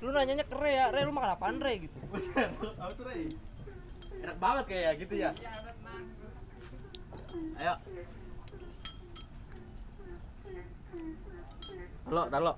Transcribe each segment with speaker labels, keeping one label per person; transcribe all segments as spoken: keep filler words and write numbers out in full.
Speaker 1: Lu nanyanya ke Re ya, Re lu makan apaan Re gitu.
Speaker 2: Buset, apa tuh Re? Enak banget kayak gitu ya. Ayo. Halo, halo.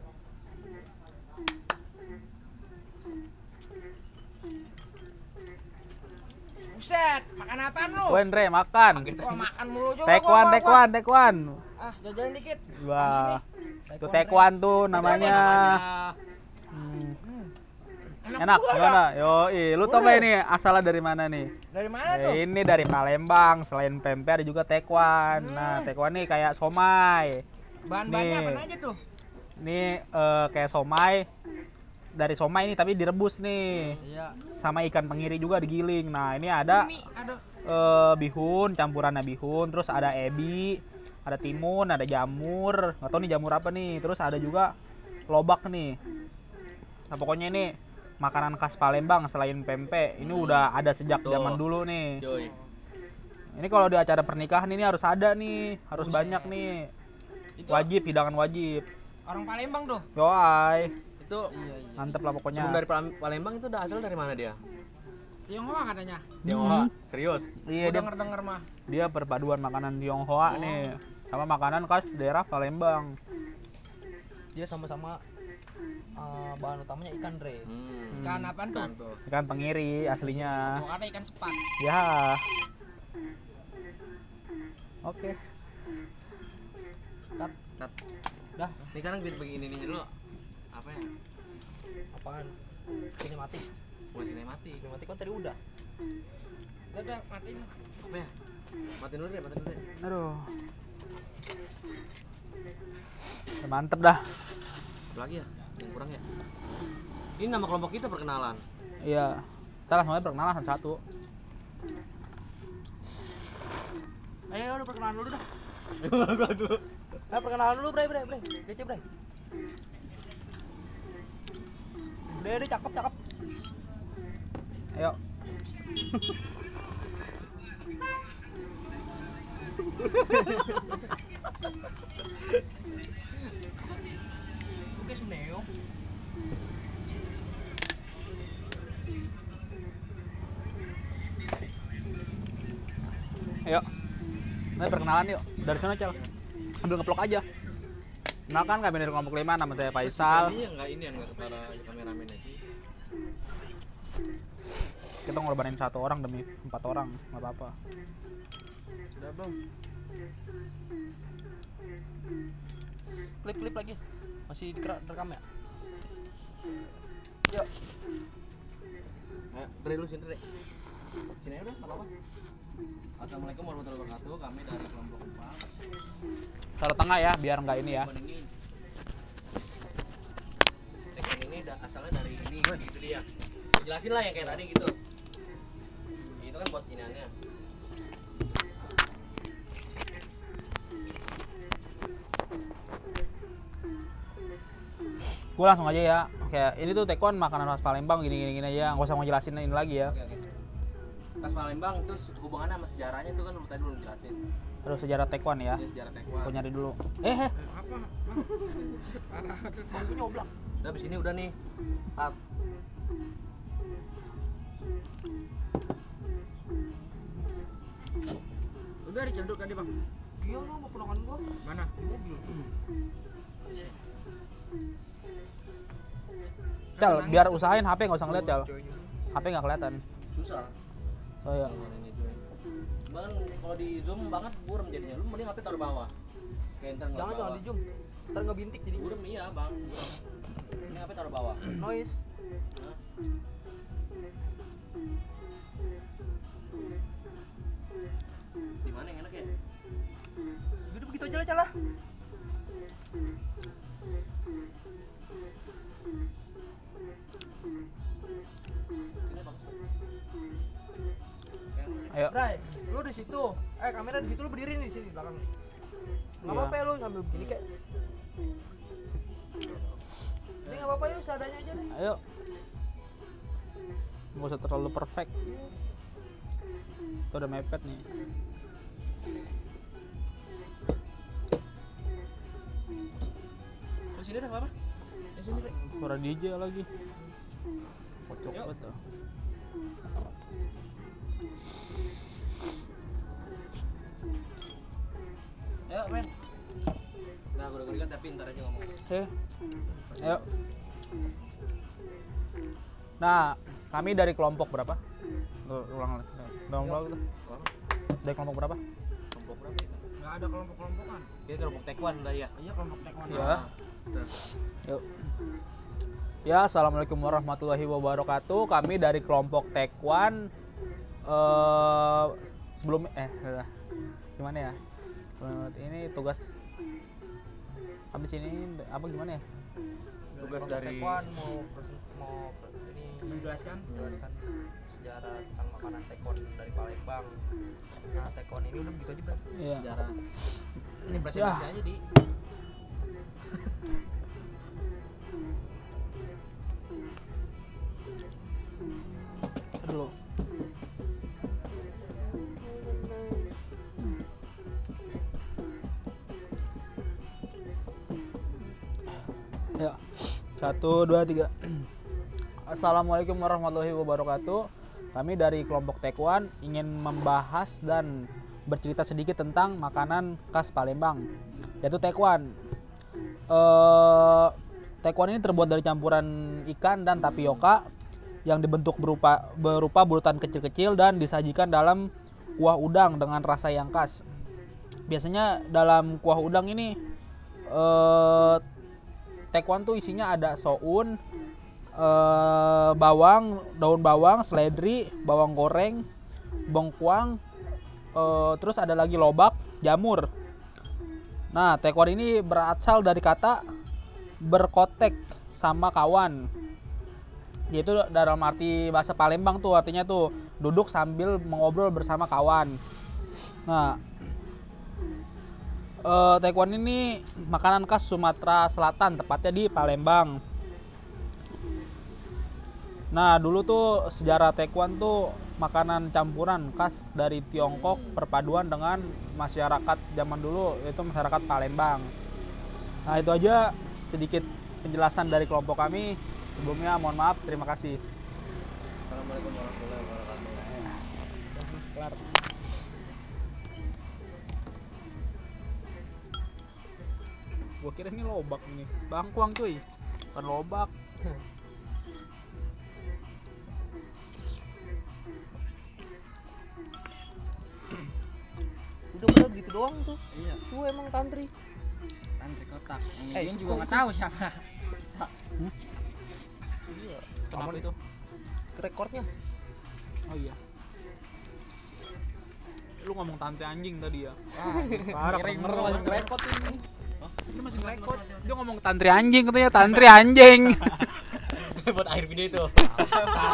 Speaker 1: Buset, makan apaan lu?
Speaker 3: Wen Re makan.
Speaker 1: Wah, makan mulu juga.
Speaker 3: Tekwan,
Speaker 1: gua, gua,
Speaker 3: tekwan,
Speaker 1: gua.
Speaker 3: tekwan.
Speaker 1: Ah, jajan dikit.
Speaker 3: Wah.
Speaker 1: Taekwan,
Speaker 3: Itu tekwan tuh namanya. Hmm. Enak, gimana? Yo, lu tau gak ini asalnya dari mana nih?
Speaker 1: Dari mana
Speaker 3: Ya,
Speaker 1: tuh?
Speaker 3: ini dari Palembang. Selain pempek ada juga tekwan. Nah, tekwan nih kayak somai.
Speaker 1: Bahan-bahannya
Speaker 3: Nih.
Speaker 1: apa aja tuh?
Speaker 3: Ini eh, kayak somai. Dari somai ini tapi direbus nih.
Speaker 1: Iya.
Speaker 3: Sama ikan tenggiri juga digiling. Nah, ini ada
Speaker 1: Mie, ada.
Speaker 3: eh, bihun, campurannya bihun, terus ada ebi, ada timun, ada jamur. Nggak tahu nih jamur apa nih. Terus ada juga lobak nih. Nah, pokoknya ini makanan khas Palembang selain pempek. Ini udah ada sejak
Speaker 2: Tuh.
Speaker 3: zaman dulu nih.
Speaker 2: Cuy.
Speaker 3: Ini kalau di acara pernikahan ini harus ada nih, harus banyak nih.
Speaker 1: Itu
Speaker 3: Wajib, hidangan wajib.
Speaker 1: orang Palembang tuh.
Speaker 3: Yoai,
Speaker 2: Itu
Speaker 3: mantep lah pokoknya.
Speaker 2: sebelum dari Palem- Palembang itu udah asal dari mana dia?
Speaker 1: Tionghoa katanya.
Speaker 2: Tionghoa. Serius?
Speaker 3: Iya,
Speaker 1: Gua
Speaker 3: dia,
Speaker 1: denger-denger mah.
Speaker 3: dia perpaduan makanan Tionghoa nih sama makanan khas daerah Palembang.
Speaker 1: Dia sama-sama uh, bahan utamanya ikan Re.
Speaker 2: Hmm.
Speaker 1: Ikan apaan tuh?
Speaker 2: Ikan tuh.
Speaker 3: Ikan tenggiri aslinya.
Speaker 1: Gua kata ikan sepat.
Speaker 3: Ya. Oke.
Speaker 1: Kat.
Speaker 2: Kat.
Speaker 1: Dah,
Speaker 2: Ini kan begini nih dulu. Apa ya?
Speaker 1: apaan? Sinematik.
Speaker 2: Mau sinematik.
Speaker 1: Sinematik kan tadi udah. Udah, udah, matiin.
Speaker 2: Apa ya? Matiin dulu deh, matiin dulu deh.
Speaker 3: Aduh. Udah mantep dah.
Speaker 2: Apa lagi ya? Yang kurang ya? Ini nama kelompok kita perkenalan.
Speaker 3: Iya. Kita langsung aja perkenalan satu-satu.
Speaker 1: Ayo, udah perkenalan dulu dah.
Speaker 2: Gua dulu.
Speaker 1: Ayo perkenalan dulu, Bre, Bre, Bre. Kece, Bre. Udah, udah, cakep, cakep.
Speaker 3: Ayo.
Speaker 1: Oke, Suneo.
Speaker 3: Ayo. Mari perkenalan yuk. Dari sana, Cal. Ambil ngeplok aja. Kenalkan kami dari kelompok lima, nama saya Faisal.
Speaker 2: Ini enggak ini yang enggak ketara kameramen aja.
Speaker 3: Kita ngorbanin satu orang demi empat orang, nggak apa-apa.
Speaker 1: Udah belum? Klip-klip lagi. Masih direkam ya? Yuk.
Speaker 2: Ayo, Dre lu sini, Dre. Sini aja udah, enggak apa-apa. Assalamualaikum warahmatullahi wabarakatuh. Kami dari kelompok empat.
Speaker 3: Taruh tengah ya, biar nggak ini ya.
Speaker 2: Teknik ini. Teknik ini da- asalnya dari ini, gitu dia. Jelasin lah yang kayak tadi gitu. Itu kan buat iniannya.
Speaker 3: Gue langsung aja ya. Kayak ini tuh tekwan makanan khas Palembang gini-gini aja. Nggak usah mau jelasin ini lagi ya.
Speaker 2: Oke, oke. Khas Palembang terus hubungannya sama sejarahnya itu kan lu tadi belum jelasin.
Speaker 3: Terus sejarah tekwan ya.
Speaker 2: Ya, sejarah tekwan.
Speaker 3: Gue nyari dulu. Eh, eh.
Speaker 1: Apa? Parah. Aku nyoblak.
Speaker 2: Udah habis ini udah nih. Tat.
Speaker 1: Udah dicenduk tadi, Bang. Iya, lu mau pulangan gua. Mana? Di mobil.
Speaker 3: Cal, biar usahain H P nggak usah ngeliat, Cal. H P nggak kelihatan.
Speaker 2: Susah.
Speaker 3: Oh iya.
Speaker 2: Ini cuy. Bahkan kalau di zoom banget burem jadinya. Lu mending H P taruh bawah. Kayak ntar ngeliat
Speaker 1: Jangan jangan
Speaker 2: bawah.
Speaker 1: di zoom. Ntar ngebintik jadi
Speaker 2: Burem iya, Bang. Burem. Ini H P taruh bawah.
Speaker 1: noise.
Speaker 2: Hah? Di mana yang enak ya?
Speaker 1: Udah begitu aja lah, Calah.
Speaker 2: Ini bagus.
Speaker 3: Ayo.
Speaker 1: Bray, lu di situ. Eh, kamera di situ, lu berdiri nih di sini belakang nih. Enggak
Speaker 3: Iya.
Speaker 1: apa-apa ya lu sambil begini kayak. Ini enggak apa-apa ya, seadanya aja deh.
Speaker 3: Ayo. Nggak usah terlalu perfect. Itu udah mepet nih.
Speaker 2: Terus sini dah apa? Di sini, Rek.
Speaker 3: Suara D J lagi. Kocok banget tuh.
Speaker 2: Ayo, men. Nah, gue udah kan tapi ntar aja ngomong.
Speaker 3: Eh. Ayo. Nah, kami dari kelompok berapa? Lu ulang lagi. Ulang ulang gitu. Dari kelompok berapa?
Speaker 2: Kelompok berapa ya?
Speaker 1: Nggak ada kelompok-kelompokan.
Speaker 2: Kita kelompok taekwondo udah ya.
Speaker 1: Iya kelompok taekwondo.
Speaker 3: Ya. Yuk. Ya, assalamualaikum warahmatullahi wabarakatuh. Kami dari kelompok taekwondo. Eh, sebelum eh gimana ya? Ini tugas habis ini apa gimana ya?
Speaker 2: Tugas
Speaker 1: Kelompok
Speaker 2: dari
Speaker 1: taekwondo mau presen- mau ini menjelaskan menjelaskan sejarah tentang makanan taekwondo dari Palembang. Nah, taekwondo ini udah begitu aja, Bang.
Speaker 3: Iya.
Speaker 2: sejarah. Ini presentasi
Speaker 3: Ya.
Speaker 2: aja di.
Speaker 3: Dulu. Ya, satu, dua, tiga. Assalamualaikum warahmatullahi wabarakatuh. Kami dari kelompok taekwondo ingin membahas dan bercerita sedikit tentang makanan khas Palembang, yaitu taekwondo. Eh, taekwondo ini terbuat dari campuran ikan dan tapioka yang dibentuk berupa berupa bulatan kecil-kecil dan disajikan dalam kuah udang dengan rasa yang khas. Biasanya dalam kuah udang ini eh, taekwondo tuh isinya ada soun, eh, bawang, daun bawang, seledri, bawang goreng, bengkuang, eh, terus ada lagi lobak, jamur. Nah, taekwondo ini berasal dari kata berkotek sama kawan, yaitu dalam arti bahasa Palembang tuh artinya tuh duduk sambil mengobrol bersama kawan. Nah, eh, taekwondo ini makanan khas Sumatera Selatan, tepatnya di Palembang. Nah, dulu tuh sejarah taekwondo tuh makanan campuran khas dari Tiongkok perpaduan dengan masyarakat zaman dulu, yaitu masyarakat Palembang. Nah, itu aja sedikit penjelasan dari kelompok kami. Sebelumnya mohon maaf, terima kasih.
Speaker 2: Assalamualaikum warahmatullahi wabarakatuh.
Speaker 3: Kelar. Gua kira ini lobak nih, bangkuang cuy, bukan lobak.
Speaker 1: Udah bener gitu doang tuh.
Speaker 2: Iya,
Speaker 1: Lu emang tantri.
Speaker 2: antri kotak. Yang
Speaker 1: Eh,
Speaker 2: ini juga
Speaker 1: kok-
Speaker 2: nggak tahu siapa.
Speaker 1: Iya.
Speaker 2: Kenapa
Speaker 1: Aman
Speaker 2: itu?
Speaker 1: rekornya?
Speaker 3: Oh iya. Lu ngomong tante anjing tadi ya.
Speaker 1: Ah,
Speaker 3: Parah,
Speaker 1: kirain
Speaker 3: denger
Speaker 1: masih
Speaker 3: lagi.
Speaker 1: ngerekod ini.
Speaker 3: Dia masih ngerekod. Dia ngomong tantri anjing katanya, tantri anjing.
Speaker 2: Buat akhir video itu.